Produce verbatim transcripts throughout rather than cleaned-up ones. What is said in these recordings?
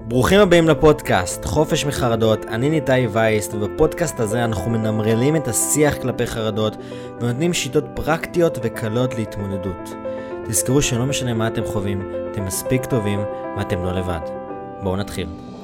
ברוכים הבאים לפודקאסט, חופש מחרדות, אני ניתאי וייסט, ובפודקאסט הזה אנחנו מנמרלים את השיח כלפי חרדות, ונותנים שיטות פרקטיות וקלות להתמודדות. תזכרו שלא משנה מה אתם חווים, אתם מספיק טובים ואתם לא לבד. בואו נתחיל.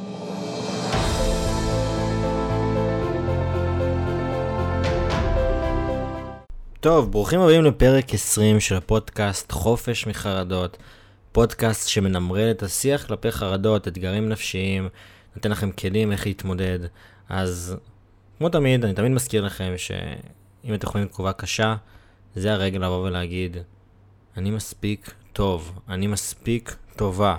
טוב, ברוכים הבאים לפרק עשרים של הפודקאסט חופש מחרדות, פודקאסט שמנמרל את השיח כלפי חרדות, אתגרים נפשיים, נותן לכם כלים איך להתמודד. אז כמו תמיד, אני תמיד מזכיר לכם שאם אתם חווים תגובה קשה, זה הרגע לבוא ולהגיד, אני מספיק טוב, אני מספיק טובה.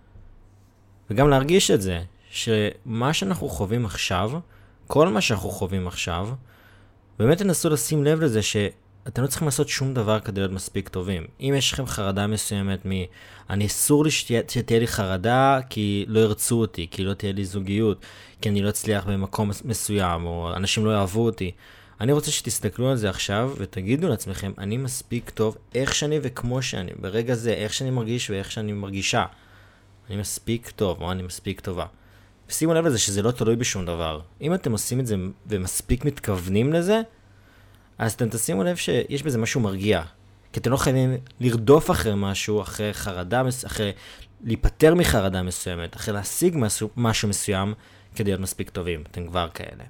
וגם להרגיש את זה, שמה שאנחנו חווים עכשיו, כל מה שאנחנו חווים עכשיו, באמת תנסו לשים לב לזה שאתם לא צריכים לעשות שום דבר כדי להיות מספיק טובים. אם יש לכם חרדה מסוימת מ... אני אסור לי שתהיה, שתהיה לי חרדה כי לא ירצו אותי, כי לא תהיה לי זוגיות, כי אני לא אצליח במקום מסוים, או אנשים לא יאהבו אותי. אני רוצה שתסתכלו על זה עכשיו ותגידו לעצמכם, אני מספיק טוב איך שאני וכמו שאני, ברגע זה, איך שאני מרגיש ואיך שאני מרגישה. אני מספיק טוב, או אני מספיק טובה. ושימו לב לזה שזה לא תלוי בשום דבר. אם אתם עושים את זה ומספיק מתכוונים לזה, אז אתם תשימו לב שיש בזה משהו מרגיע. כי אתם לא חייבים לרדוף אחרי משהו, אחרי חרדה, אחרי להיפטר מחרדה מסוימת, אחרי להשיג משהו, משהו מסוים כדי להיות מספיק טובים. אתם כבר כאלה.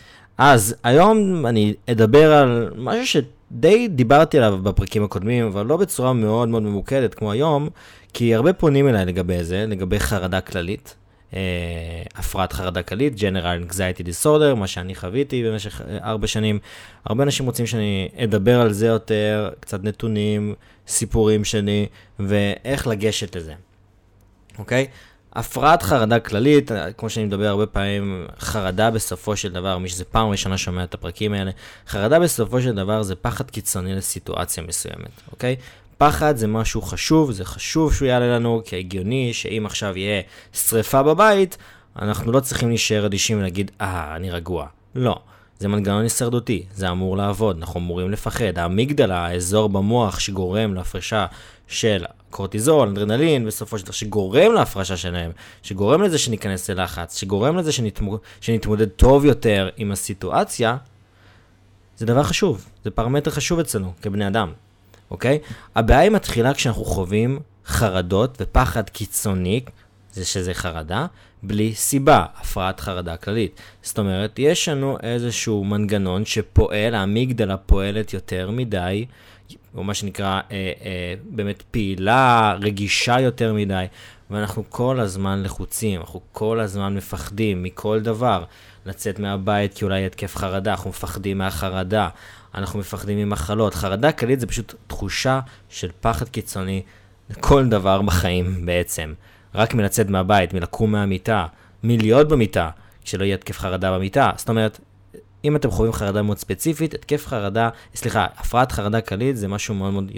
אז היום אני אדבר על משהו שדי דיברתי עליו בפרקים הקודמים, אבל לא בצורה מאוד מאוד ממוקדת כמו היום, כי הרבה פונים אליי לגבי זה, לגבי חרדה כללית. Uh, הפרעת חרדה כללית, General Anxiety Disorder, מה שאני חוויתי במשך ארבע שנים. הרבה אנשים רוצים שאני אדבר על זה יותר, קצת נתונים, סיפורים שלי, ואיך לגשת לזה. אוקיי? Okay? הפרעת חרדה כללית, כמו שאני מדבר הרבה פעמים, חרדה בסופו של דבר, מי שזה פעם ראשונה שומע את הפרקים האלה, חרדה בסופו של דבר זה פחד קיצוני לסיטואציה מסוימת. אוקיי? Okay? פחד זה משהו חשוב, זה חשוב שהוא יעלה לנו, כי הגיוני שאם עכשיו יהיה שריפה בבית, אנחנו לא צריכים להישאר אדישים ולהגיד, אה, אני רגוע. לא, זה מנגנון הישרדותי, זה אמור לעבוד, אנחנו אמורים לפחד. האמיגדלה, האזור במוח שגורם להפרשה של קורטיזול, אדרנלין, בסופו של דבר שגורם להפרשה שלהם, שגורם לזה שניכנס ללחץ, שגורם לזה שנתמוד, שנתמודד טוב יותר עם הסיטואציה, זה דבר חשוב, זה פרמטר חשוב אצלנו כבני אדם. אוקיי? הבעיה היא מתחילה כשאנחנו חווים חרדות ופחד קיצוני, זה שזה חרדה, בלי סיבה, הפרעת חרדה כללית. זאת אומרת, יש לנו איזשהו מנגנון שפועל, האמיגדלה פועלת יותר מדי, או מה שנקרא אה, אה, באמת פעילה, רגישה יותר מדי, ואנחנו כל הזמן לחוצים, אנחנו כל הזמן מפחדים מכל דבר, לצאת מהבית כי אולי יתקף חרדה, אנחנו מפחדים מהחרדה, אנחנו מפחדים ממחלות. חרדה כללית זה פשוט תחושה של פחד קיצוני לכל דבר בחיים בעצם. רק מלצאת מהבית, מלקום מהמיטה, מלהיות במיטה, כשלא יהיה התקף חרדה במיטה. זאת אומרת, אם אתם חווים חרדה מאוד ספציפית, התקף חרדה, סליחה, הפרעת חרדה כללית זה משהו מאוד מאוד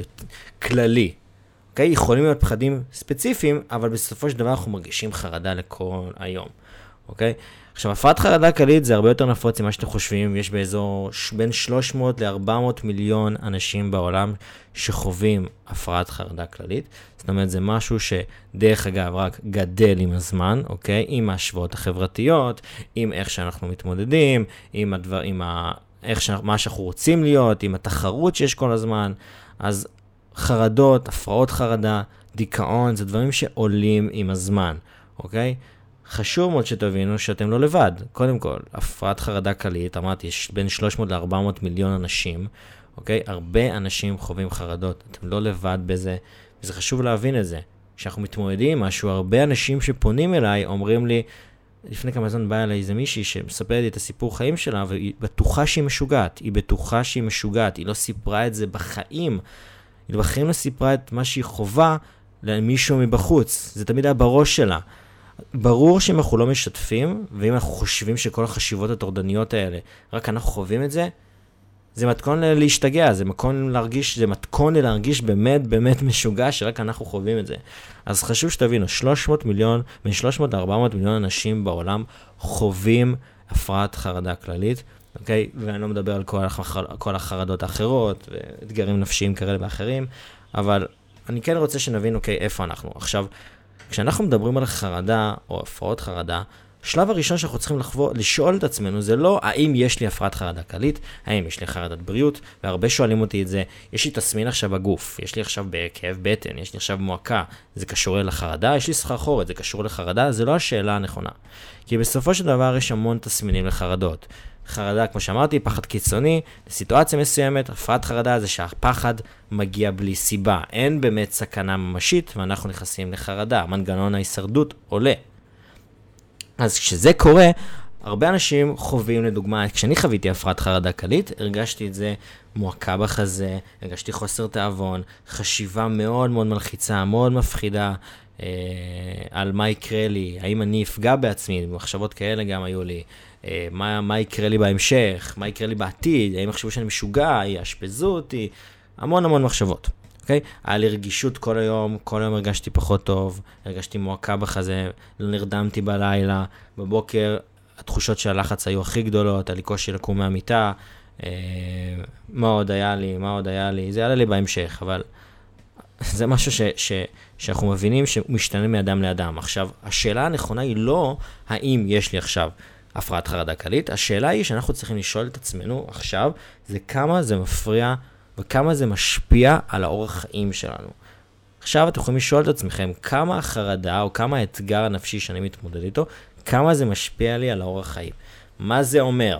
כללי. אוקיי? יכולים להיות פחדים ספציפיים, אבל בסופו של דבר אנחנו מרגישים חרדה לכל היום. אוקיי? עכשיו, הפרעת חרדה כללית זה הרבה יותר נפוץ ממה שאתם חושבים. יש באזור בין שלוש מאות לארבע מאות מיליון אנשים בעולם שחווים הפרעת חרדה כללית. זאת אומרת, זה משהו שדרך אגב רק גדל עם הזמן, אוקיי? עם ההשוואות החברתיות, עם איך שאנחנו מתמודדים, עם הדבר, עם ה... איך ש... מה שאנחנו רוצים להיות, עם התחרות שיש כל הזמן. אז חרדות, הפרעות חרדה, דיכאון, זה דברים שעולים עם הזמן, אוקיי? חשוב מאוד שתבינו שאתם לא לבד. קודם כל, הפרעת חרדה כללית, אמרתי, יש בין שלוש מאות לארבע מאות מיליון אנשים, אוקיי? הרבה אנשים חווים חרדות, אתם לא לבד בזה, וזה חשוב להבין את זה. כשאנחנו מתמודדים עם משהו, הרבה אנשים שפונים אליי אומרים לי, לפני כמה זמן באה אליי איזה מישהי שמספרת לי את הסיפור חיים שלה, והיא בטוחה שהיא משוגעת, היא בטוחה שהיא משוגעת, היא לא סיפרה את זה בחיים, היא בחיים לא סיפרה את מה שהיא חובה למישהו מבחוץ, זה תמיד היה בראש שלה. ברור שאם אנחנו לא משתפים, ואם אנחנו חושבים שכל החשיבות הטורדניות האלה, רק אנחנו חווים את זה, זה מתכון להשתגע, זה מתכון להרגיש, זה מתכון להרגיש באמת באמת משוגע, שרק אנחנו חווים את זה. אז חשוב שתבינו, שלוש מאות מיליון, בין שלוש מאות לארבע מאות מיליון אנשים בעולם חווים הפרעת חרדה כללית, אוקיי? ואני לא מדבר על כל, החר... כל החרדות האחרות, ואתגרים נפשיים כאלה ואחרים, אבל אני כן רוצה שנבין, אוקיי, איפה אנחנו. עכשיו, כשאנחנו מדברים על חרדה או הפרעות חרדה, השלב הראשון שאנחנו צריכים לחבור, לשאול את עצמנו, זה לא האם יש לי הפרעת חרדה כללית, האם יש לי חרדת בריאות, והרבה שואלים אותי את זה, יש לי תסמין עכשיו בגוף, יש לי עכשיו כאב בטן, יש לי עכשיו מועקה, זה קשור לחרדה, יש לי סחרחורת, זה קשור לחרדה, זה לא השאלה הנכונה. כי בסופו של דבר יש המון תסמינים לחרדות. חרדה, כמו שאמרתי, פחד קיצוני, לסיטואציה מסוימת, הפרעת חרדה זה שהפחד מגיע בלי סיבה, אין באמת סכנה ממשית, ואנחנו נכנסים לחרדה, מנגנון ההישרדות עולה. אז כשזה קורה, הרבה אנשים חווים, לדוגמה, כשאני חוויתי הפרעת חרדה קלית, הרגשתי את זה מועקה בחזה, הרגשתי חוסר תאבון, חשיבה מאוד מאוד מלחיצה, מאוד מפחידה, אה, על מה יקרה לי, האם אני אפגע בעצמי, מחשבות כאלה גם היו לי, אה, מה, מה יקרה לי בהמשך, מה יקרה לי בעתיד, האם יחשבו שאני משוגע, יאשפזו אותי, המון המון מחשבות. אוקיי? היה לי רגישות כל היום, כל היום הרגשתי פחות טוב, הרגשתי מועקה בחזה, לא נרדמתי בלילה, בבוקר התחושות של הלחץ היו הכי גדולות, היה לי קושי לקום מהמיטה, אה, מה עוד היה לי, מה עוד היה לי, זה היה לי בהמשך, אבל זה משהו ש, ש, שאנחנו מבינים שמשתנה מאדם לאדם. עכשיו, השאלה הנכונה היא לא האם יש לי עכשיו הפרעת חרדה קלית, השאלה היא שאנחנו צריכים לשאול את עצמנו עכשיו, זה כמה זה מפריע וכמה זה משפיע על האורח חיים שלנו. עכשיו אתם יכולים לשאול את עצמכם, כמה החרדה או כמה האתגר הנפשי שאני מתמודד איתו, כמה זה משפיע לי על האורח חיים. מה זה אומר?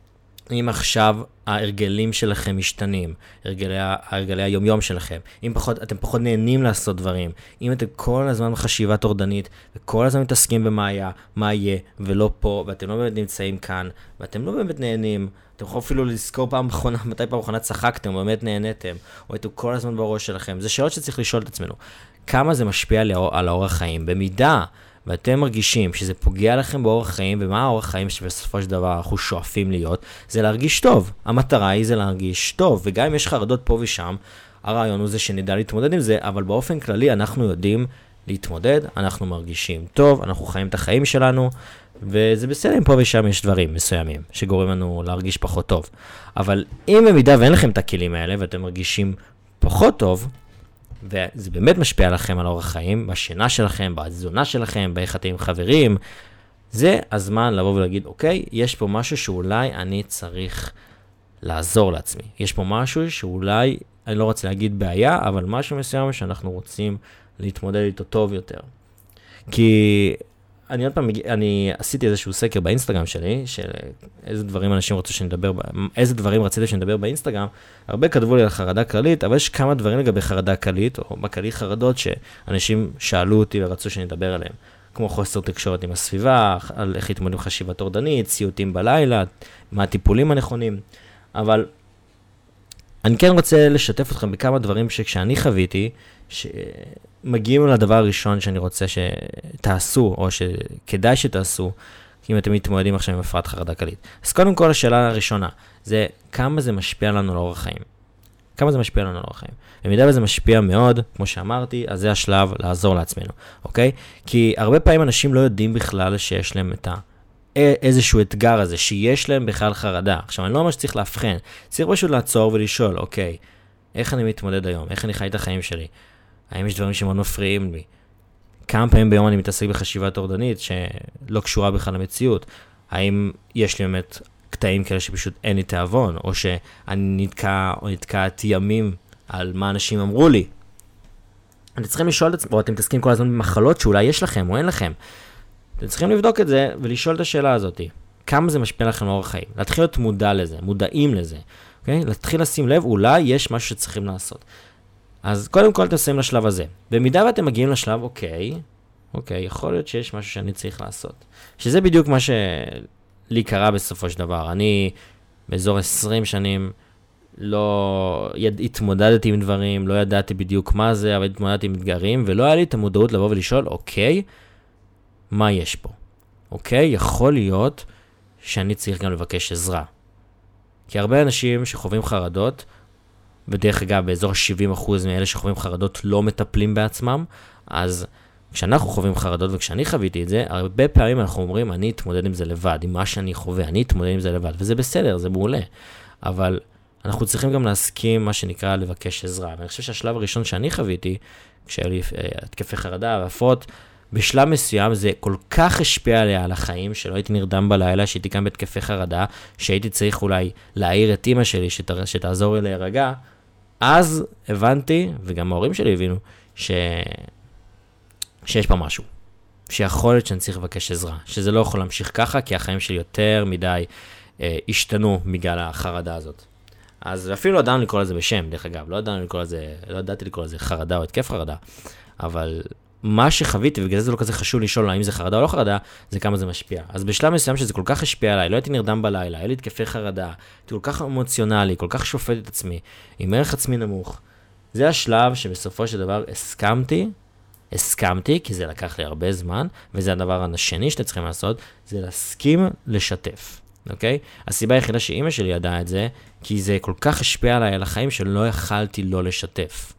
אם עכשיו ההרגלים שלכם משתנים, הרגלי, הרגלי היומיום שלכם, אם פחות, אתם פחות נהנים לעשות דברים, אם אתם כל הזמן בחשיבה טורדנית, וכל הזמן מתעסקים במה היה, מה יהיה, ולא פה, ואתם לא באמת נמצאים כאן, ואתם לא באמת נהנים, אתם יכולים אפילו לזכור פעם אחרונה, מתי פעם אחרונה צחקתם, או באמת נהניתם, או אתם כל הזמן בראש שלכם. זה שאלות שצריך לשאול את עצמנו. כמה זה משפיע על האורח חיים? במידה ואתם מרגישים שזה פוגע לכם באורח חיים, ומה האורח חיים שבסופו של דבר אנחנו שואפים להיות, זה להרגיש טוב. המטרה היא זה להרגיש טוב, וגם אם יש חרדות פה ושם, הרעיון הוא זה שנדע להתמודד עם זה, אבל באופן כללי אנחנו יודעים להתמודד, אנחנו מרגישים טוב, אנחנו חיים את החיים שלנו, וזה בסדר אם פה ושם יש דברים מסוימים שגורמים לנו להרגיש פחות טוב. אבל אם במידה ואין לכם את הכלים האלה ואתם מרגישים פחות טוב, וזה באמת משפיע לכם על אורח חיים, בשינה שלכם, בתזונה שלכם, באיך אתם עם חברים, זה הזמן לבוא ולהגיד, אוקיי, יש פה משהו שאולי אני צריך לעזור לעצמי. יש פה משהו שאולי, אני לא רוצה להגיד בעיה, אבל משהו מסוים שאנחנו רוצים להתמודד איתו טוב יותר. כי אני עוד פעם, אני עשיתי איזשהו סקר באינסטגרם שלי, של איזה דברים אנשים רצו שנדבר, איזה דברים רציתי שנדבר באינסטגרם, הרבה כתבו לי על חרדה כללית, אבל יש כמה דברים לגבי חרדה כללית, או בכללי חרדות, שאנשים שאלו אותי ורצו שנדבר עליהם, כמו חוסר תקשורת עם הסביבה, על איך התמודדים חשיבה טורדנית, סיוטים בלילה, מה הטיפולים הנכונים, אבל אני כן רוצה לשתף אתכם בכמה דברים שכשאני חוויתי, שמגיעים לדבר הראשון שאני רוצה שתעשו, או שכדאי שתעשו, אם אתם מתמודדים עכשיו עם הפרעת חרדה כללית. אז קודם כל, השאלה הראשונה, זה כמה זה משפיע לנו על אורח חיים. כמה זה משפיע לנו על אורח חיים. במידה וזה משפיע מאוד, כמו שאמרתי, אז זה השלב לעזור לעצמנו, אוקיי? כי הרבה פעמים אנשים לא יודעים בכלל שיש להם את ה... איזשהו אתגר הזה, שיש להם בכלל חרדה. עכשיו, אני לא ממש צריך להבחן, צריך פשוט לעצור ולשאול, אוקיי, איך אני מתמודד היום? איך אני חי את החיים שלי? האם יש דברים שמאוד מפריעים לי? כמה פעמים ביום אני מתעסק בחשיבה טורדנית שלא קשורה בכלל למציאות? האם יש לי באמת קטעים כאלה שפשוט אין לי תאבון, או שאני נתקע או נתקעת ימים על מה אנשים אמרו לי? אתם צריכים לשאול את עצמם, או אתם מתעסקים כל הזמן במחלות שאולי יש לכם או אין לכם. אתם צריכים לבדוק את זה ולשאול את השאלה הזאת. כמה זה משפיע לכם לאורח חיים? להתחיל להיות מודע לזה, מודעים לזה. אוקיי? להתחיל לשים לב, אולי יש משהו שצריכים לעשות. אז קודם כל אתם שמים לשלב הזה. במידה ואתם מגיעים לשלב, אוקיי, אוקיי, יכול להיות שיש משהו שאני צריך לעשות. שזה בדיוק מה שלי קרה בסופו של דבר. אני באזור עשרים שנים לא יד... התמודדתי עם דברים, לא ידעתי בדיוק מה זה, אבל התמודדתי עם אתגרים, ולא היה לי את המודעות לבוא ולשאול, אוקיי, מה יש פה? אוקיי, יכול להיות שאני צריך גם לבקש עזרה. כי הרבה אנשים שחווים חרדות, בדרך אגב, באזור שבעים אחוז מאלה שחווים חרדות לא מטפלים בעצמם, אז כשאנחנו חווים חרדות, וכשאני חוויתי את זה, הרבה פעמים אנחנו אומרים, אני אתמודד עם זה לבד, עם מה שאני חווה, אני אתמודד עם זה לבד, וזה בסדר, זה מעולה. אבל אנחנו צריכים גם להסכים מה שנקרא לבקש עזרה. ואני חושב שהשלב הראשון שאני חוויתי, כשהיה לי התקפי חרדה והפרעות, בשלב מסוים זה כל כך השפיע עליה על החיים, שלא הייתי נרדם בלילה, שהייתי כאן בתקפי חרדה, שהייתי צריך אולי להעיר את אמא שלי, שת, שתעזור לי להירגע, אז הבנתי, וגם ההורים שלי הבינו, ש... שיש פה משהו. שיכול להיות שאני צריך לבקש עזרה, שזה לא יכול להמשיך ככה, כי החיים שלי יותר מדי אה, השתנו בגלל החרדה הזאת. אז אפילו לא ידענו לקרוא לזה בשם, דרך אגב, לא ידענו לקרוא לזה, לא ידעתי לקרוא לזה חרדה או התקף חרדה, אבל מה שחוויתי, ובגלל זה לא כזה חשוב לשאול האם זה חרדה או לא חרדה, זה כמה זה משפיע. אז בשלב מסוים שזה כל כך השפיע עליי, לא הייתי נרדם בלילה, היה לי התקפי חרדה, הייתי כל כך אמוציונלי, כל כך שופט את עצמי, עם ערך עצמי נמוך. זה השלב שבסופו של דבר הסכמתי, הסכמתי, כי זה לקח לי הרבה זמן, וזה הדבר השני שאתם צריכים לעשות, זה להסכים לשתף. אוקיי? הסיבה היחידה שאימא שלי ידעה את זה, כי זה כל כך השפיע עליי על החיים שלא יכלתי לא לשתף.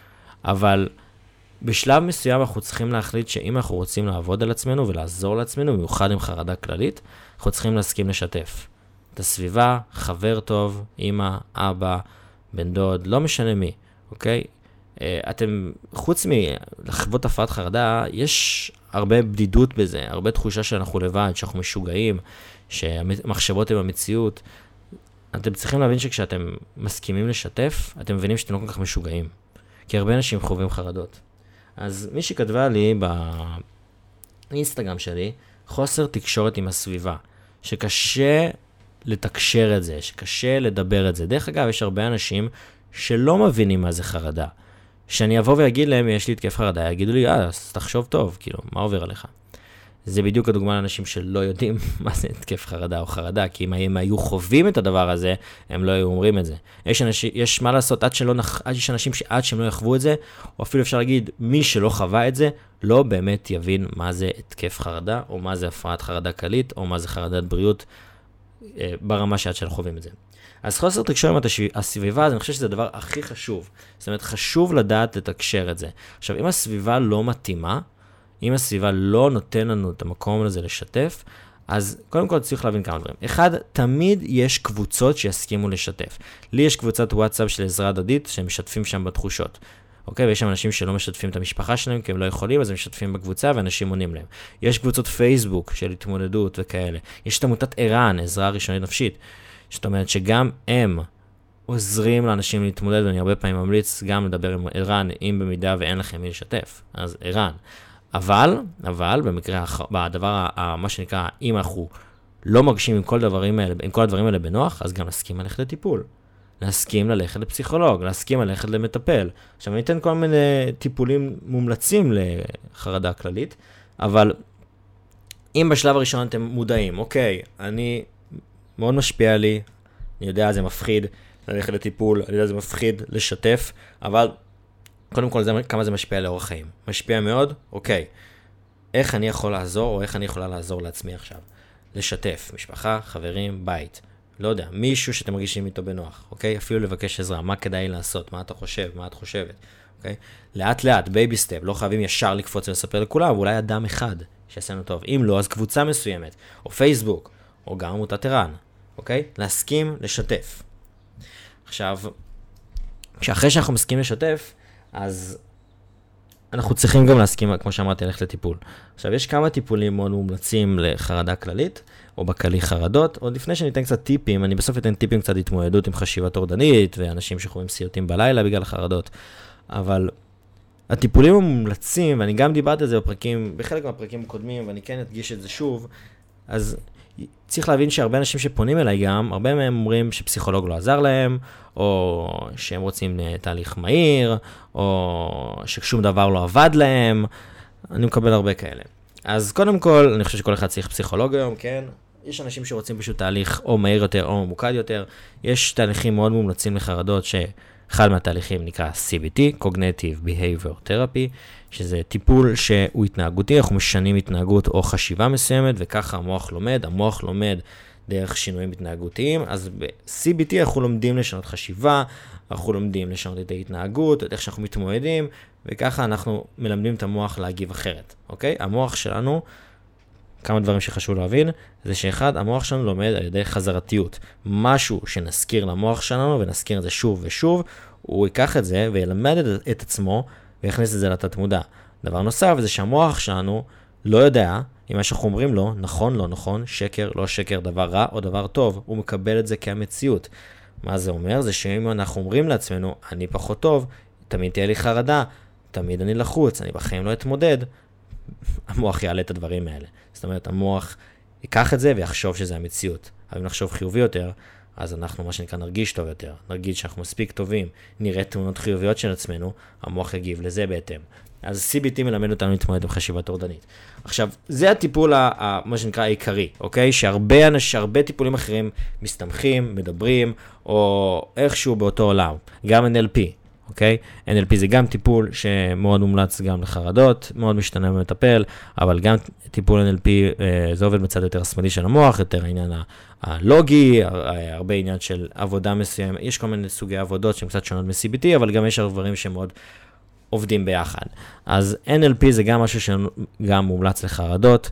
אבל בשלב מסוים אנחנו צריכים להחליט שאם אנחנו רוצים לעבוד על עצמנו ולעזור לעצמנו, במיוחד עם חרדה כללית, אנחנו צריכים להסכים לשתף. את הסביבה, חבר טוב, אמא, אבא, בן דוד, לא משנה מי, אוקיי? אתם, חוץ מלחוות הפרעת חרדה, יש הרבה בדידות בזה, הרבה תחושה שאנחנו לבד, שאנחנו משוגעים, שהמחשבות הן המציאות. אתם צריכים להבין שכשאתם מסכימים לשתף, אתם מבינים שאתם לא כל כך משוגעים. כי הרבה אנשים חווים חרדות. אז מי שכתבה לי באינסטגרם שלי, חוסר תקשורת עם הסביבה, שקשה לתקשר את זה, שקשה לדבר את זה. דרך אגב, יש הרבה אנשים שלא מבינים מה זה חרדה. שאני אבוא ויגיד להם, יש לי התקף חרדה, יגידו לי, אה, אז תחשוב טוב, כאילו, מה עובר עליך? זה בדיוק הדוגמה לאנשים שלא יודעים מה זה התקף חרדה או חרדה, כי אם הם היו חווים את הדבר הזה, הם לא היו אומרים את זה. יש, אנשים, יש מה לעשות, עד שלא נח... עד יש אנשים שעד שהם לא יחוו את זה, או אפילו אפשר להגיד, מי שלא חווה את זה, לא באמת יבין מה זה התקף חרדה, או מה זה הפרעת חרדה כללית, או מה זה חרדת בריאות, אה, ברמה שעד שלא חווים את זה. אז חוסר תקשור עם הסביבה, אז אני חושב שזה הדבר הכי חשוב. זאת אומרת, חשוב לדעת לתקשר את זה. עכשיו, אם הסביבה לא מתאימה, אם הסביבה לא נותן לנו את המקום לזה לשתף, אז קודם כל צריך להבין כמה דברים. אחד, תמיד יש קבוצות שיסכימו לשתף. לי יש קבוצת וואטסאפ של עזרה הדדית, שהם משתפים שם בתחושות. אוקיי? ויש שם אנשים שלא משתפים את המשפחה שלהם, כי הם לא יכולים, אז הם משתפים בקבוצה, ואנשים עונים להם. יש קבוצות פייסבוק של התמודדות וכאלה. יש את עמותת ער"ן, עזרה ראשונית נפשית. זאת אומרת שגם הם עוזרים לאנשים להתמודד, ואני הרבה פעמים ממליץ גם לדבר עם ער"ן, אם במידה ואין לכם מי לשתף. אז ער"ן. אבל, אבל, במקרה, בדבר, מה שנקרא, אם אנחנו לא מרגישים עם כל הדברים האלה, עם כל הדברים האלה בנוח, אז גם נסכים ללכת לטיפול. להסכים ללכת לפסיכולוג, להסכים ללכת למטפל. עכשיו, אני אתן כל מיני טיפולים מומלצים לחרדה כללית, אבל אם בשלב הראשון אתם מודעים, אוקיי, אני מאוד משפיע לי, אני יודע, זה מפחיד ללכת לטיפול, אני יודע, זה מפחיד לשתף, אבל קודם כל, זה, כמה זה משפיע לאורח חיים. משפיע מאוד, אוקיי. איך אני יכול לעזור, או איך אני יכולה לעזור לעצמי עכשיו? לשתף, משפחה, חברים, בית. לא יודע, מישהו שאתם מרגישים איתו בנוח, אוקיי? אפילו לבקש עזרה, מה כדאי לעשות, מה אתה חושב, מה את חושבת, אוקיי? לאט לאט, בייבי סטפ, לא חייבים ישר לקפוץ ולספר לכולם, ואולי אדם אחד שיעשה לנו טוב. אם לא, אז קבוצה מסוימת, או פייסבוק, או גם עמותת ער"ן, אוקיי? להסכים לשתף. עכשיו, כשאחרי שאנחנו מסכים לשתף, אז אנחנו צריכים גם להסכים, כמו שאמרתי, ללכת לטיפול. עכשיו, יש כמה טיפולים מאוד מומלצים לחרדה כללית, או בכללי חרדות. עוד לפני שאני אתן קצת טיפים, אני בסוף אתן טיפים קצת התמודדות עם חשיבה טורדנית, ואנשים שחווים סיוטים בלילה בגלל החרדות. אבל הטיפולים המומלצים, ואני גם דיברתי על זה בפרקים, בחלק מהפרקים הקודמים, ואני כן אדגיש את זה שוב, אז צריך להבין שהרבה אנשים שפונים אליי גם, הרבה מהם אומרים שפסיכולוג לא עזר להם, או שהם רוצים תהליך מהיר, או ששום דבר לא עבד להם. אני מקבל הרבה כאלה. אז קודם כל, אני חושב שכל אחד צריך פסיכולוג היום, כן? יש אנשים שרוצים פשוט תהליך או מהיר יותר או ממוקד יותר. יש תהליכים מאוד מומלצים לחרדות, שאחד מהתהליכים נקרא סי בי טי, Cognitive Behavior Therapy, שזה טיפול שהוא התנהגותי, אנחנו משנים התנהגות או חשיבה מסוימת, וככה המוח לומד, המוח לומד דרך שינויים התנהגותיים. אז ב-סי בי טי אנחנו לומדים לשנות חשיבה, אנחנו לומדים לשנות את ההתנהגות, את איך שאנחנו מתמודדים, וככה אנחנו מלמדים את המוח להגיב אחרת, אוקיי? המוח שלנו, כמה דברים שחשוב להבין, זה שאחד, המוח שלנו לומד על ידי חזרתיות. משהו שנזכיר למוח שלנו, ונזכיר את זה שוב ושוב, הוא ייקח את זה וילמד את, את עצמו, ויכניס את זה לתת מודע. דבר נוסף זה שהמוח שלנו לא יודע אם מה שאנחנו אומרים לו, נכון, לא נכון, שקר, לא שקר, דבר רע או דבר טוב, הוא מקבל את זה כמציאות. מה זה אומר? זה שאם אנחנו אומרים לעצמנו, אני פחות טוב, תמיד תהיה לי חרדה, תמיד אני לחוץ, אני בחיים לא אתמודד, המוח יעלה את הדברים האלה. זאת אומרת, המוח ייקח את זה ויחשוב שזה המציאות. אבל אם נחשוב חיובי יותר, אז אנחנו, מה שנקרא, נרגיש טוב יותר. נרגיש שאנחנו מספיק טובים, נראה תמונות חיוביות של עצמנו, המוח יגיב לזה בהתאם. אז סי בי טי מלמד אותנו להתמודד עם חשיבה טורדנית. עכשיו, זה הטיפול, ה- מה שנקרא, העיקרי, אוקיי? שהרבה אנשים, הרבה טיפולים אחרים מסתמכים, מדברים, או איכשהו באותו עולם. גם אן אל פי, אוקיי? אן אל פי זה גם טיפול שמאוד מומלץ גם לחרדות, מאוד משתנה ומטפל, אבל גם טיפול אן אל פי, זה עובד בצד יותר שמאלי של המוח, יותר העניין הלוגי, הרבה עניין של עבודה מסוים. יש כל מיני סוגי עבודות שהן קצת שונות מ-סי בי טי, אבל גם יש דברים שמאוד עובדים ביחד. אז אן אל פי זה גם משהו שגם מומלץ לחרדות.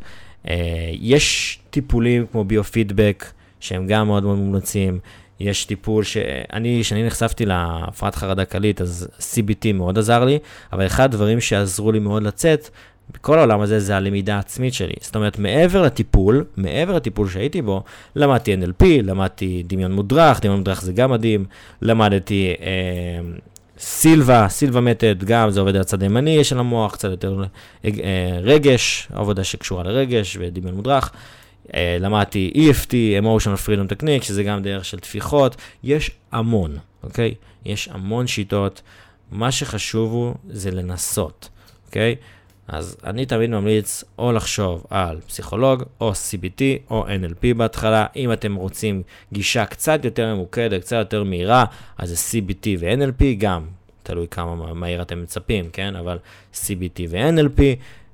יש טיפולים כמו ביו-פידבק, שהם גם מאוד מאוד מומלצים. יש טיפול שאני, שאני נחשפתי להפרעת חרדה קלית, אז סי בי טי מאוד עזר לי, אבל אחד הדברים שעזרו לי מאוד לצאת, בכל העולם הזה זה הלמידה העצמית שלי. זאת אומרת, מעבר לטיפול, מעבר לטיפול שהייתי בו, למדתי אן אל פי, למדתי דמיון מודרך, דמיון מודרך זה גם מדהים, למדתי אה, סילבה, סילבה מתד, גם זה עובד על הצד הימני של המוח, קצת יותר אה, רגש, עבודה שקשורה לרגש ודמיון מודרך. למדתי אי אף טי, Emotional Freedom Technique, שזה גם דרך של תפיחות. יש המון, אוקיי? יש המון שיטות. מה שחשוב הוא זה לנסות, אוקיי? אז אני תמיד ממליץ או לחשוב על פסיכולוג, או סי בי טי, או אן אל פי בהתחלה. אם אתם רוצים גישה קצת יותר ממוקדת, קצת יותר מהירה, אז זה סי בי טי ו-אן אל פי גם. תלוי כמה מהיר אתם מצפים, כן? אבל סי בי טי ו-אן אל פי,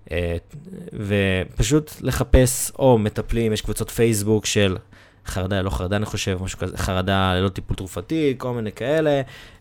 ופשוט לחפש, או מטפלים, יש קבוצות פייסבוק של חרדה, לא חרדה, אני חושב, משהו כזה, חרדה ללא טיפול תרופתי, כל מיני כאלה.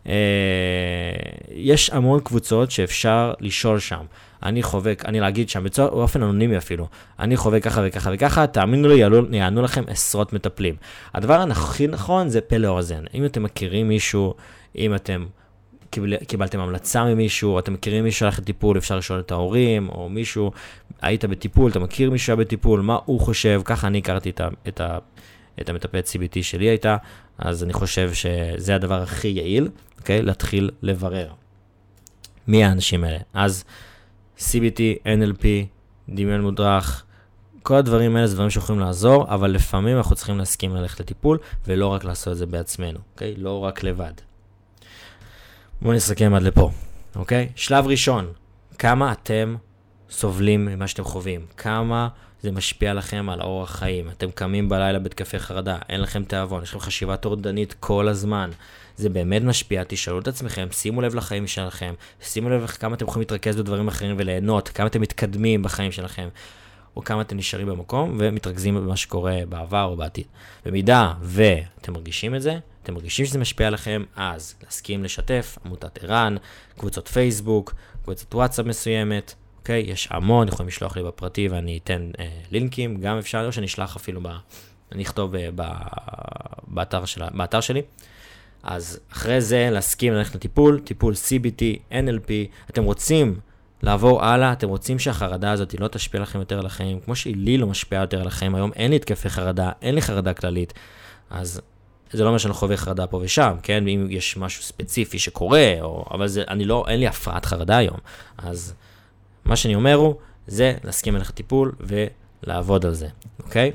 יש המון קבוצות שאפשר לשאול שם. אני חווה, אני להגיד שם, באופן אנונימי אפילו, אני חווה ככה וככה וככה, תאמינו לי, יענו לכם עשרות מטפלים. הדבר הכי נכון זה פה לאוזן. אם אתם מכירים מישהו, אם אתם קיבלתם המלצה ממישהו, אתם מכירים מישהו שהלך לטיפול, אפשר לשאול את ההורים, או מישהו, היית בטיפול, אתה מכיר מישהו שהיה בטיפול, מה הוא חושב, ככה אני הכרתי את, את, את המטפלת סי בי טי שלי הייתה, אז אני חושב שזה הדבר הכי יעיל, אוקיי? להתחיל לברר. מי האנשים האלה? אז סי בי טי, אן אל פי, דמיון מודרך, כל הדברים האלה זה דברים שיכולים לעזור, אבל לפעמים אנחנו צריכים להסכים ללכת לטיפול, ולא רק לעשות את זה בעצמנו, אוקיי? לא רק לבד. בואו נסכם עד לפה, אוקיי? שלב ראשון, כמה אתם סובלים ממה שאתם חווים? כמה זה משפיע לכם על אורח חיים? אתם קמים בלילה בתקפי חרדה, אין לכם תאבון, יש לכם חשיבה טורדנית כל הזמן. זה באמת משפיע, תשאלו את עצמכם, שימו לב לחיים שלכם, שימו לב כמה אתם יכולים להתרכז בדברים אחרים וליהנות, כמה אתם מתקדמים בחיים שלכם, או כמה אתם נשארים במקום ומתרכזים במה שקורה בעבר או בעתיד. במידה ואתם מרגישים את זה, אתם מרגישים שזה משפיע עליכם, אז להסכים לשתף, עמותת ערן, קבוצות פייסבוק, קבוצת וואטסאפ מסוימת, אוקיי? יש המון, יכולים לשלוח לי בפרטי ואני אתן אה, לינקים, גם אפשר, או שאני אשלח אפילו, ב, אני אכתוב אה, ב, באתר, של, באתר שלי. אז אחרי זה להסכים ללכת לטיפול, טיפול סי בי טי, אן אל פי, אתם רוצים לעבור הלאה, אתם רוצים שהחרדה הזאת לא תשפיע לכם יותר על החיים, כמו שהיא לי לא משפיעה יותר על החיים, היום אין לי התקפי חרדה, אין לי חרדה כללית, אז זה לא אומר שאני חווה חרדה פה ושם, כן? אם יש משהו ספציפי שקורה, או, אבל זה, אני לא, אין לי הפרעת חרדה היום. אז מה שאני אומר הוא, זה להסכים ללכת טיפול ולעבוד על זה, אוקיי?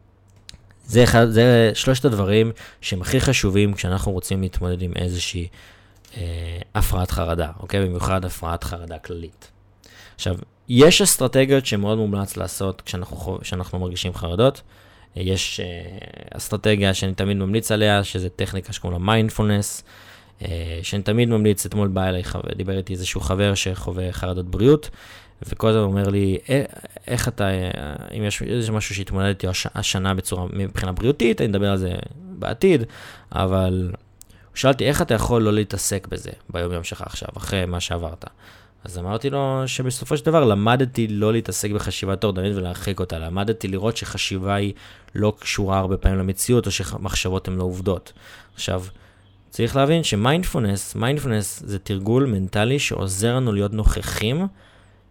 זה, אחד, זה שלושת הדברים שהם הכי חשובים כשאנחנו רוצים להתמודד עם איזושהי אה, הפרעת חרדה, אוקיי? במיוחד הפרעת חרדה כללית. עכשיו, יש אסטרטגיות שמאוד מומלץ לעשות כשאנחנו, כשאנחנו מרגישים חרדות. יש uh, אסטרטגיה שאני תמיד ממליץ עליה, שזה טכניקה שקוראים לה מיינדפולנס, uh, שאני תמיד ממליץ, אתמול בא אליי, חבר, דיבר איתי איזשהו חבר שחווה חרדות בריאות, וכל הזמן אומר לי, איך אתה, אם יש איזה משהו שהתמודדתי השנה בצורה, מבחינה בריאותית, אני אדבר על זה בעתיד, אבל שאלתי, איך אתה יכול לא להתעסק בזה ביום יום שלך עכשיו, אחרי מה שעברת? אז אמרתי לו שבסופו של דבר למדתי לא להתעסק בחשיבה טורדנית ולהרחיק אותה, למדתי לראות שחשיבה היא לא קשורה הרבה פעמים למציאות, או שמחשבות הן לא עובדות. עכשיו, צריך להבין שמיינדפולנס, מיינדפולנס זה תרגול מנטלי שעוזר לנו להיות נוכחים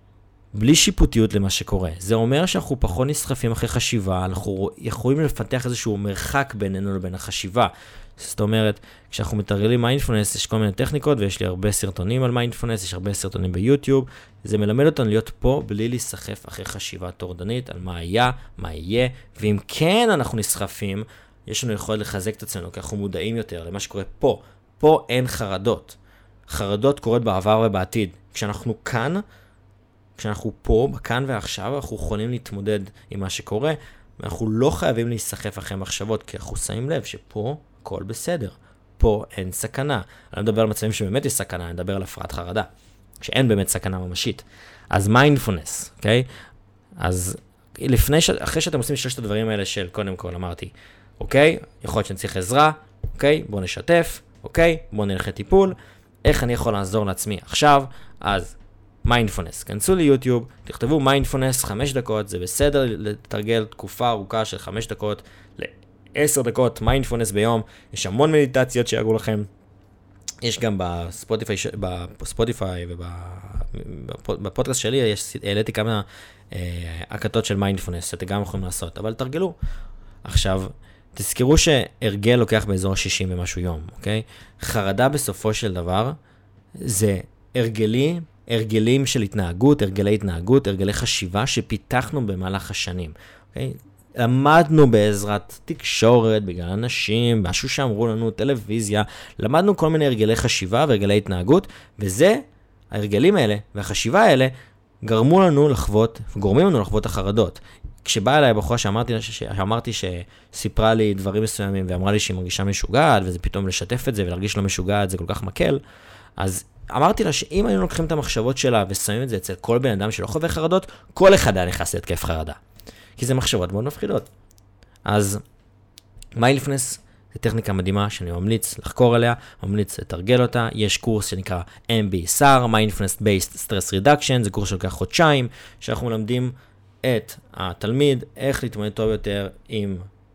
בלי שיפוטיות למה שקורה. זה אומר שאנחנו פחות נסחפים אחרי חשיבה, אנחנו יכולים לפתח איזשהו מרחק בינינו לבין החשיבה. זאת אומרת, כשאנחנו מתרגלים מיינדפולנס, יש כל מיני טכניקות, ויש לי הרבה סרטונים על מיינדפולנס, יש הרבה סרטונים ביוטיוב, זה מלמד אותנו להיות פה בלי להיסחף אחרי חשיבה טורדנית, על מה היה, מה יהיה, ואם כן אנחנו נסחפים, יש לנו יכולת לחזק את עצמנו, כי אנחנו מודעים יותר למה שקורה פה. פה אין חרדות. חרדות קורות בעבר ובעתיד. כשאנחנו כאן, כשאנחנו פה, בכאן ועכשיו, אנחנו יכולים להתמודד עם מה שקורה, ואנחנו לא חייבים להיסחף אחרי מחשבות, כי אנחנו שמים לב שפה הכל בסדר. פה אין סכנה. אני לא מדבר על מצבים שבאמת יש סכנה, אני מדבר על הפרעת חרדה, שאין באמת סכנה ממשית. אז מיינדפולנס, אוקיי? אז לפני ש... אחרי שאתם עושים שלושת הדברים האלה של, קודם כל אמרתי, אוקיי? יכול להיות שאני צריך עזרה, אוקיי? בואו נשתף, אוקיי? בואו נלך לטיפול. איך אני יכול לעזור לעצמי עכשיו? אז מיינדפולנס. כנסו ליוטיוב, תכתבו מיינדפולנס, חמש דקות, זה בסדר לתרגל תקופה ארוכה של חמש דקות לעשר דקות מיינדפולנס ביום. יש המון מדיטציות שיעגו לכם. יש גם בספוטיפיי, בספוטיפיי ובפודקאסט שלי, יש, העליתי כמה אה, הקטות של מיינדפולנס, שאתם גם יכולים לעשות, אבל תרגלו. עכשיו, תזכרו שהרגל לוקח באזור שישים ומשהו יום, אוקיי? חרדה בסופו של דבר, זה הרגלים, הרגלים של התנהגות, הרגלי התנהגות, הרגלי חשיבה שפיתחנו במהלך השנים, אוקיי? למדנו בעזרת תקשורת, בגלל אנשים, משהו שאמרו לנו, טלוויזיה, למדנו כל מיני הרגלי חשיבה והרגלי התנהגות, וזה, ההרגלים האלה והחשיבה האלה, גרמו לנו לחוות, גורמים לנו לחוות החרדות. כשבאה אליי בחורה שאמרתי, שאמרתי שסיפרה לי דברים מסוימים, ואמרה לי שהיא מרגישה משוגעת, וזה פתאום לשתף את זה ולהרגיש לא משוגעת, זה כל כך מקל, אז אמרתי לה שאם היינו לוקחים את המחשבות שלה ושמים את זה אצל כל בן אדם שלא חווה חרדות, כל אחד היה נכנס להתקף חרדה. כי זה מחשבות מאוד מפחידות. אז מיינדפולנס זה טכניקה מדהימה שאני ממליץ לחקור עליה, ממליץ לתרגל אותה. יש קורס שנקרא אם בי אס אר, Mindfulness Based Stress Reduction, זה קורס שלוקח חודשיים, שאנחנו מלמדים את התלמיד איך להתמודד טוב יותר עם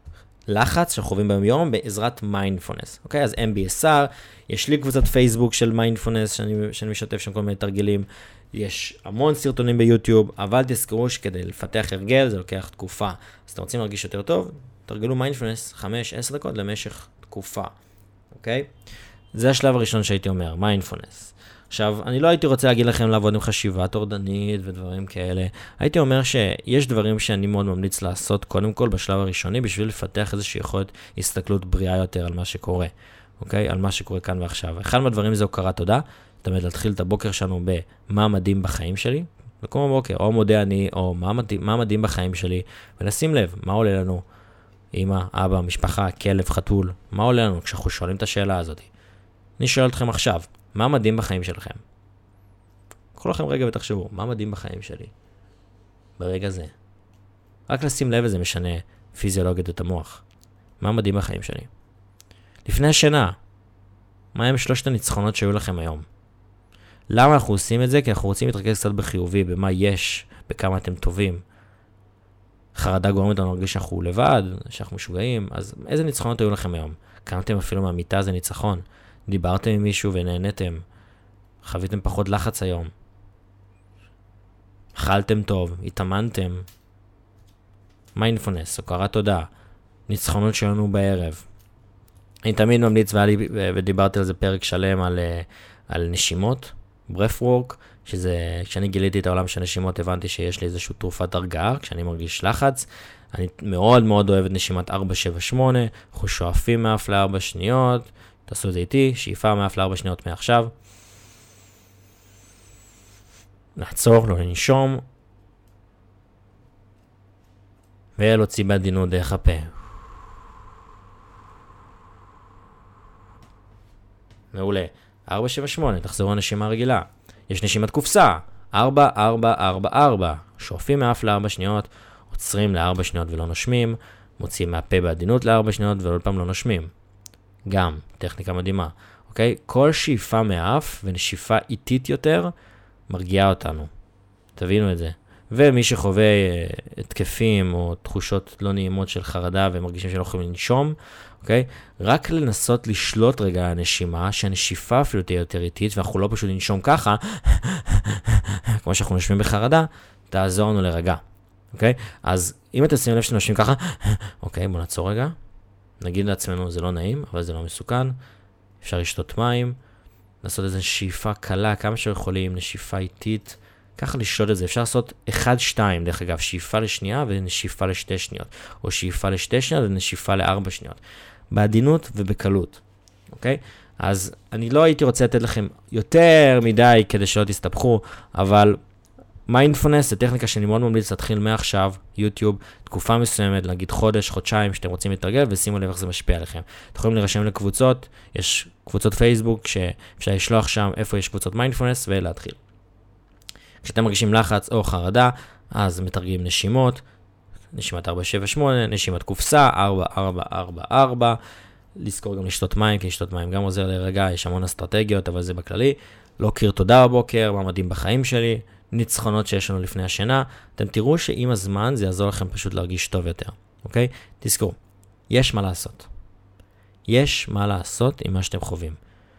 לחץ שאנחנו חווים ביום יום בעזרת מיינדפולנס. אוקיי? אז אם בי אס אר, יש לי קבוצת פייסבוק של מיינדפולנס שאני, שאני משתף שם כל מיני תרגילים. יש המון סרטונים ביוטיוב, אבל תזכרו שכדי לפתח הרגל זה לוקח תקופה. אז אתם רוצים להרגיש יותר טוב, תרגלו מיינדפולנס חמש עשר דקות למשך תקופה. אוקיי? זה השלב הראשון שהייתי אומר, מיינדפולנס. עכשיו, אני לא הייתי רוצה להגיד לכם לעבוד עם חשיבה טורדנית ודברים כאלה. הייתי אומר שיש דברים שאני מאוד ממליץ לעשות קודם כל בשלב הראשוני, בשביל לפתח איזושהי יכולת הסתכלות בריאה יותר על מה שקורה. אוקיי? על מה שקורה כאן ועכשיו. אחד מהדברים זה הוקרת תודה. זאת אומרת, להתחיל את הבוקר שלנו במה מדהים בחיים שלי, לקום בבוקר, או מודה אני, או מה מדהים, מה מדהים בחיים שלי, ונשים לב, מה עולה לנו, אמא, אבא, משפחה, כלב, חתול, מה עולה לנו כשאנחנו שואלים את השאלה הזאת. אני שואל אתכם עכשיו, מה מדהים בחיים שלכם? קחו לכם רגע ותחשבו, מה מדהים בחיים שלי? ברגע זה. רק לשים לב וזה משנה פיזיולוגית את המוח. מה מדהים בחיים שלי? לפני השינה, מה הם שלושת הניצחונות שהיו לכם היום? למה אנחנו עושים את זה? כי אנחנו רוצים להתרכז קצת בחיובי, במה יש, בכמה אתם טובים. חרדה גורמת לנו להרגיש שאנחנו לבד, שאנחנו משוגעים, אז איזה ניצחונות היו לכם היום? קמתם אפילו מהמיטה, זה ניצחון. דיברתם עם מישהו ונהנתם. חוויתם פחות לחץ היום. אכלתם טוב, התאמנתם. מיינדפולנס, הוקרת תודה. ניצחונות שלנו בערב. אני תמיד ממליץ, ודיברתי על זה פרק שלם על, על נשימות, breath work, שזה, כשאני גיליתי את העולם של נשימות, הבנתי שיש לי איזושהי תרופת הרגעה, כשאני מרגיש לחץ. אני מאוד מאוד אוהב את נשימת ארבע שבע שמונה, אנחנו שואפים מאף לארבע שניות, תעשו את זה איתי, שאיפה מאף לארבע שניות מעכשיו. לעצור, לא לנשום, ולהוציא בעדינות דרך הפה. מעולה. ארבע שבע שמונה, תחזרו הנשימה רגילה. יש נשימת קופסה. ארבע ארבע ארבע ארבע. שואפים מאף לארבע שניות, עוצרים לארבע שניות ולא נושמים, מוציאים מהפה בעדינות לארבע שניות ולא פעם לא נושמים. גם, טכניקה מדהימה. אוקיי? כל שאיפה מאף ונשיפה איטית יותר, מרגיעה אותנו. תבינו את זה. ומי שחווה התקפים או תחושות לא נעימות של חרדה ומרגישים שלא יכולים לנשום, אוקיי? רק לנסות לשלוט רגע הנשימה, שהנשיפה אפילו תהיה יותר איטית, ואנחנו לא פשוט לנשום ככה, כמו שאנחנו נושמים בחרדה, תעזור לנו לרגע, אוקיי? אז אם אתם שימו לב שאתם נושמים ככה, אוקיי, בואו נעצור רגע. נגיד לעצמנו, זה לא נעים, אבל זה לא מסוכן. אפשר לשתות מים, לעשות איזו שאיפה קלה, כמה שיכולים, נשיפה איטית, ככה לשלוט את זה. אפשר לעשות אחד שתיים, דרך אגב, שאיפה לשנייה ונשיפה לשתי שניות, או שאיפה לשתי שניות ונשיפה לארבע שניות. בעדינות ובקלות, אוקיי? אז אני לא הייתי רוצה לתת לכם יותר מדי כדי שלא תסתבכו, אבל מיינדפולנס זה טכניקה שאני מאוד ממליץ להתחיל מעכשיו, יוטיוב, תקופה מסוימת, להגיד חודש, חודשיים, שאתם רוצים להתרגל, ושימו לב איך זה משפיע עליכם. אתם יכולים להירשם לקבוצות, יש קבוצות פייסבוק שאפשר לשלוח שם איפה יש קבוצות מיינדפולנס ולהתחיל. כשאתם מרגישים לחץ או חרדה, אז מתרגלים נשימות, נשימת ארבע שבע שמונה, נשימת קופסה, ארבע ארבע ארבע ארבע, לזכור גם לשתות מים, כי לשתות מים גם עוזר לרגע, יש המון אסטרטגיות, אבל זה בכללי. לא קיר תודה בבוקר, מה מדהים בחיים שלי, ניצחונות שיש לנו לפני השינה. אתם תראו שעם הזמן זה יעזור לכם פשוט להרגיש טוב יותר, אוקיי? תזכרו, יש מה לעשות. יש מה לעשות עם מה שאתם חווים.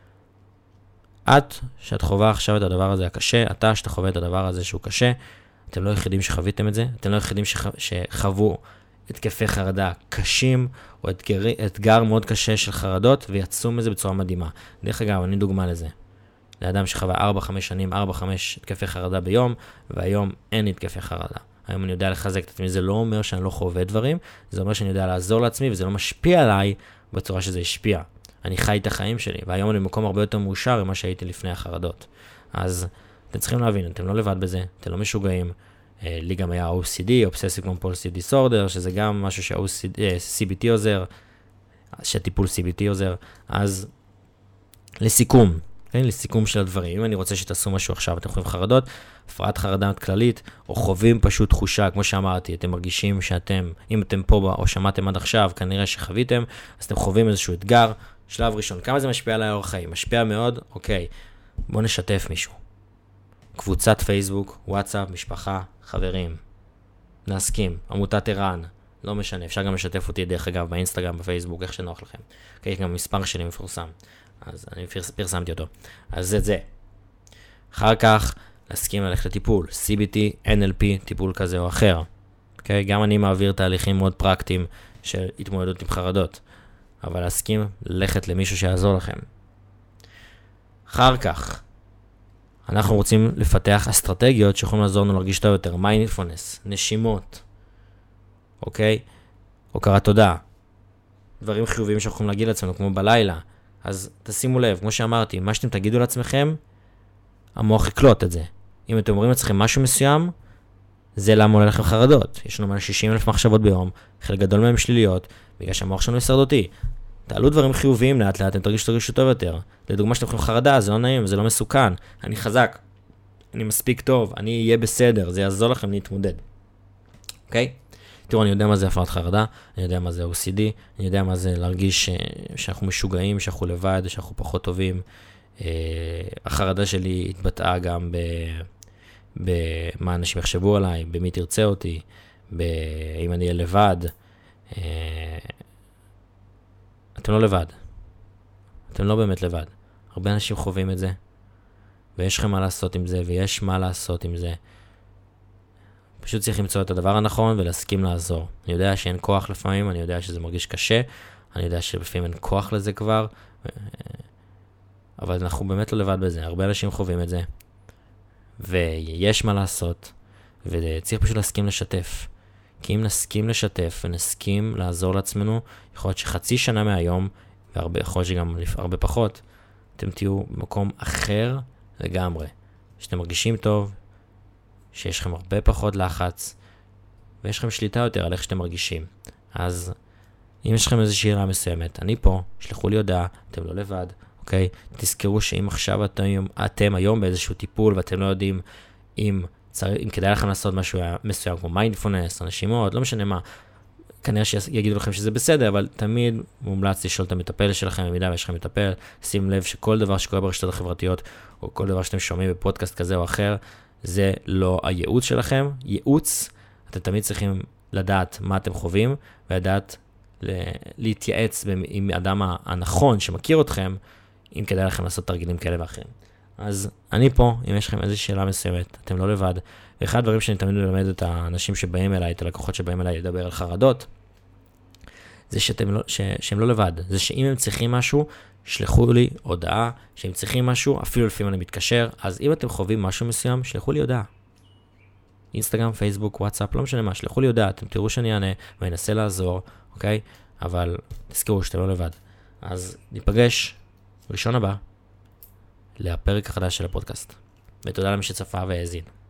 את, שאת חווה עכשיו את הדבר הזה הקשה, אתה שאתה חווה את הדבר הזה שהוא קשה, אתם לא יחידים שחוויתם את זה, אתם לא יחידים שח... שחוו התקפי חרדה קשים, או אתגר... אתגר מאוד קשה של חרדות, ויצאו מזה בצורה מדהימה. דרך אגב, אני דוגמה לזה. לאדם שחווה ארבע חמש שנים, ארבע חמש התקפי חרדה ביום, והיום אין התקפי חרדה. היום אני יודע לחזק את עצמי, זה לא אומר שאני לא חווה דברים, זה אומר שאני יודע לעזור לעצמי, וזה לא משפיע עליי בצורה שזה השפיע. אני חי את החיים שלי, והיום אני במקום הרבה יותר מאושר ממה שהייתי לפני החרדות. אז אתם צריכים להבין, אתם לא לבד בזה, אתם לא משוגעים. לי גם היה או סי די, Obsessive Compulsive Disorder, שזה גם משהו ש-סי בי טי עוזר, שטיפול סי בי טי עוזר. אז לסיכום, כן, לסיכום של הדברים, אם אני רוצה שתעשו משהו עכשיו, אתם חווים חרדות, הפרעת חרדה כללית, או חווים פשוט תחושה, כמו שאמרתי, אתם מרגישים שאתם, אם אתם פה או שמעתם עד עכשיו, כנראה שחוויתם, אז אתם חווים איזשהו אתגר. שלב ראשון, כמה זה משפיע על האורח חיים? משפיע מאוד? אוקיי, בואו נשתף מישהו. קבוצת פייסבוק, וואטסאפ, משפחה, חברים. נסכים, עמותת ערן, לא משנה, אפשר גם לשתף אותי דרך אגב באינסטגרם, בפייסבוק, איך שנוח לכם. אוקיי, גם מספר שלי מפורסם, אז אני פרסמתי אותו. אז זה זה. אחר כך, נסכים ללכת לטיפול, סי בי טי, אן אל פי, טיפול כזה או אחר. אוקיי, גם אני מעביר תהליכים מאוד פרקטיים של התמודדות עם חרדות. אבל להסכים ללכת למישהו שיעזור לכם. אחר כך, אנחנו רוצים לפתח אסטרטגיות שיכולים לעזור לנו להרגיש טוב יותר. מיינדפולנס, נשימות, אוקיי? הוקרת תודה. דברים חיוביים שאנחנו יכולים להגיד לעצמנו, כמו בלילה. אז תשימו לב, כמו שאמרתי, מה שאתם תגידו לעצמכם, המוח יקלוט את זה. אם אתם אומרים לעצמכם משהו מסוים, זה למה עולה לכם חרדות. יש לנו מעל שישים אלף מחשבות ביום, חלק גדול מהם שליליות, בגלל שהמוח שלנו הישרדותי. תעלו דברים חיוביים לאט לאט, אתם תרגישו תרגישו טוב יותר. לדוגמה שאתם יכולים חרדה, זה לא נעים, זה לא מסוכן. אני חזק, אני מספיק טוב, אני אהיה בסדר, זה יעזור לכם להתמודד. אוקיי? תראו, אני יודע מה זה הפרעת חרדה, אני יודע מה זה או סי די, אני יודע מה זה להרגיש שאנחנו משוגעים, שאנחנו לבד, שאנחנו פחות טובים. החרדה שלי התבטאה גם ב... במה אנשים יחשבו עליי, במי תרצה אותי, אם אני אהיה לבד. אתם לא לבד. אתם לא באמת לבד. הרבה אנשים חווים את זה, ויש לכם מה לעשות עם זה, ויש מה לעשות עם זה. פשוט צריך למצוא את הדבר הנכון ולהסכים לעזור. אני יודע שאין כוח לפעמים, אני יודע שזה מרגיש קשה, אני יודע שלפעמים אין כוח לזה כבר, אבל אנחנו באמת לא לבד בזה. הרבה אנשים חווים את זה, ויש מה לעשות, וצריך פשוט להסכים לשתף. כי אם נסכים לשתף ונסכים לעזור לעצמנו, יכול להיות שחצי שנה מהיום, והרבה, יכול להיות שגם הרבה פחות, אתם תהיו במקום אחר לגמרי. שאתם מרגישים טוב, שיש לכם הרבה פחות לחץ, ויש לכם שליטה יותר על איך שאתם מרגישים. אז אם יש לכם איזו שאלה מסוימת, אני פה, שלחו לי הודעה, אתם לא לבד, אוקיי? תזכרו שאם עכשיו אתם, אתם היום באיזשהו טיפול, ואתם לא יודעים אם, צריך, אם כדאי לכם לעשות משהו מסוים, כמו מיינדפולנס, נשימות, לא משנה מה, כנראה שיגידו לכם שזה בסדר, אבל תמיד מומלץ לשאול את המטפל שלכם, במידה ויש לכם מטפל, שים לב שכל דבר שקורה ברשתות החברתיות, או כל דבר שאתם שומעים בפודקאסט כזה או אחר, זה לא הייעוץ שלכם. ייעוץ, אתם תמיד צריכים לדעת מה אתם חווים, ולדעת להתייעץ עם האדם הנכון שמכיר אתכם, אם כדאי לכם לעשות תרגילים כאלה ואחרים. אז אני פה, אם יש לכם איזושהי שאלה מסוימת, אתם לא לבד. ואחד הדברים שאני תמיד מלמד את האנשים שבאים אליי, את הלקוחות שבאים אליי לדבר על חרדות, זה שאתם לא, ש, שהם לא לבד. זה שאם הם צריכים משהו, שלחו לי הודעה, שהם צריכים משהו, אפילו לפעמים אני מתקשר, אז אם אתם חווים משהו מסוים, שלחו לי הודעה. אינסטגרם, פייסבוק, וואטסאפ, לא משנה מה, שלחו לי הודעה, אתם תראו שאני אענה, ואני אנסה לעזור, אוקיי? אבל תזכרו שאתם לא לבד. אז ניפגש ראשון הבא, לפרק החדש של הפודקאסט. ותודה למי שצפה והאזין.